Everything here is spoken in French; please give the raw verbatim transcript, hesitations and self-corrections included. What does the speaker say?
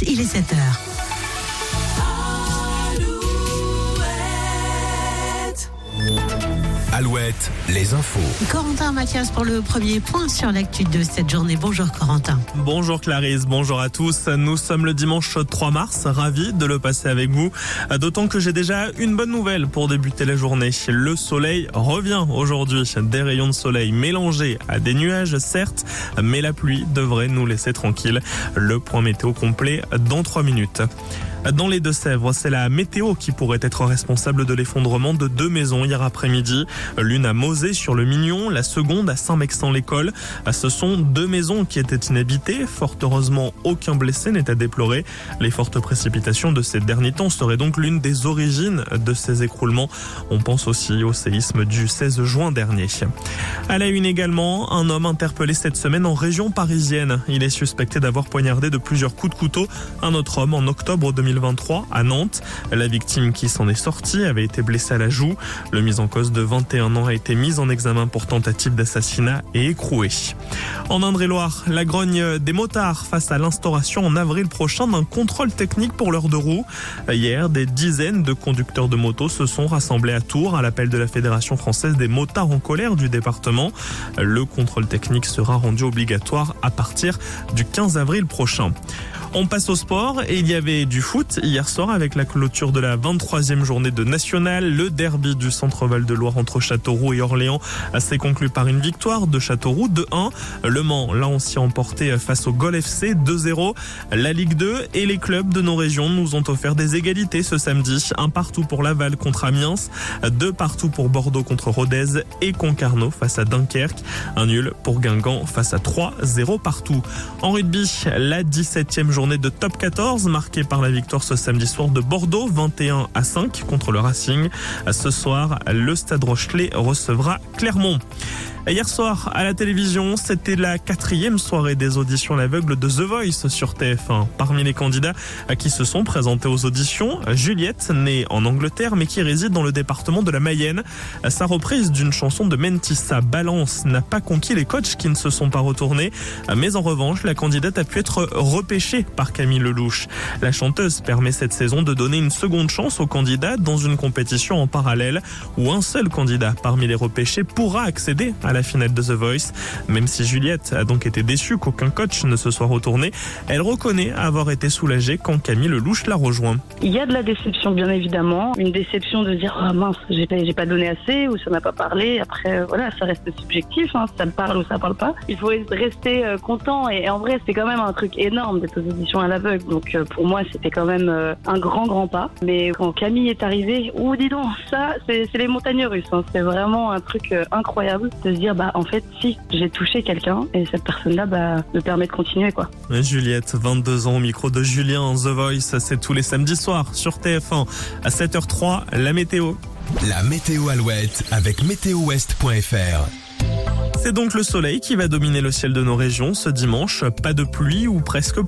il est sept heures. Alouette, les infos. Corentin Mathias pour le premier point sur l'actu de cette journée. Bonjour Corentin. Bonjour Clarisse, bonjour à tous. Nous sommes le dimanche trois mars, ravis de le passer avec vous. D'autant que j'ai déjà une bonne nouvelle pour débuter la journée. Le soleil revient aujourd'hui. Des rayons de soleil mélangés à des nuages, certes, mais la pluie devrait nous laisser tranquilles. Le point météo complet dans trois minutes. Dans les Deux-Sèvres, c'est la météo qui pourrait être responsable de l'effondrement de deux maisons hier après-midi. L'une à Mauzé sur le Mignon, la seconde à Saint-Mexant-l'École. Ce sont deux maisons qui étaient inhabitées. Fort heureusement, aucun blessé n'est à déplorer. Les fortes précipitations de ces derniers temps seraient donc l'une des origines de ces écroulements. On pense aussi au séisme du seize juin dernier. À la une également, un homme interpellé cette semaine en région parisienne. Il est suspecté d'avoir poignardé de plusieurs coups de couteau un autre homme en octobre deux mille vingt-trois à Nantes. La victime qui s'en est sortie avait été blessée à la joue. Le mis en cause de vingt et un ans a été mis en examen pour tentative d'assassinat et écroué. En Indre-et-Loire, la grogne des motards face à l'instauration en avril prochain d'un contrôle technique pour leurs deux roues. Hier, des dizaines de conducteurs de motos se sont rassemblés à Tours à l'appel de la Fédération française des motards en colère du département. Le contrôle technique sera rendu obligatoire à partir du quinze avril prochain. On passe au sport et il y avait du foot hier soir avec la clôture de la vingt-troisième journée de National. Le derby du Centre Val-de-Loire entre Châteauroux et Orléans s'est conclu par une victoire de Châteauroux deux un. Le Mans l'a aussi emporté face au Gol F C deux zéro. La Ligue deux et les clubs de nos régions nous ont offert des égalités ce samedi. Un partout pour Laval contre Amiens, deux partout pour Bordeaux contre Rodez et Concarneau face à Dunkerque. Un nul pour Guingamp face à trois zéro partout. En rugby, la dix-septième journée de top quatorze marquée par la victoire ce samedi soir de Bordeaux vingt et un à cinq contre le Racing. Ce soir, le Stade Rochelet recevra Clermont. Hier soir, à la télévision, c'était la quatrième soirée des auditions à l'aveugle de The Voice sur T F un. Parmi les candidats qui se sont présentés aux auditions, Juliette, née en Angleterre mais qui réside dans le département de la Mayenne. Sa reprise d'une chanson de Mentissa, Balance, n'a pas conquis les coachs qui ne se sont pas retournés. Mais en revanche, la candidate a pu être repêchée par Camille Lelouch. La chanteuse permet cette saison de donner une seconde chance aux candidats dans une compétition en parallèle où un seul candidat parmi les repêchés pourra accéder à la finale de The Voice. Même si Juliette a donc été déçue qu'aucun coach ne se soit retourné, elle reconnaît avoir été soulagée quand Camille Lelouch l'a rejoint. Il y a de la déception bien évidemment, une déception de dire oh mince, j'ai pas, j'ai pas donné assez ou ça n'a pas parlé. Après voilà, ça reste subjectif, hein, ça me parle ou ça parle pas. Il faut rester euh, content et, et en vrai c'est quand même un truc énorme d'être aux auditions à l'aveugle. Donc euh, pour moi c'était quand même euh, un grand grand pas. Mais quand Camille est arrivée, oh dis donc, ça c'est, c'est les montagnes russes. Hein. C'est vraiment un truc euh, incroyable de se dire bah en fait si j'ai touché quelqu'un et cette personne-là bah me permet de continuer quoi. Juliette, vingt-deux ans au micro de Julien. The Voice, c'est tous les samedis soirs sur T F un à sept heures trois. La météo. La météo Alouette avec météo ouest point f r. C'est donc le soleil qui va dominer le ciel de nos régions ce dimanche. Pas de pluie ou presque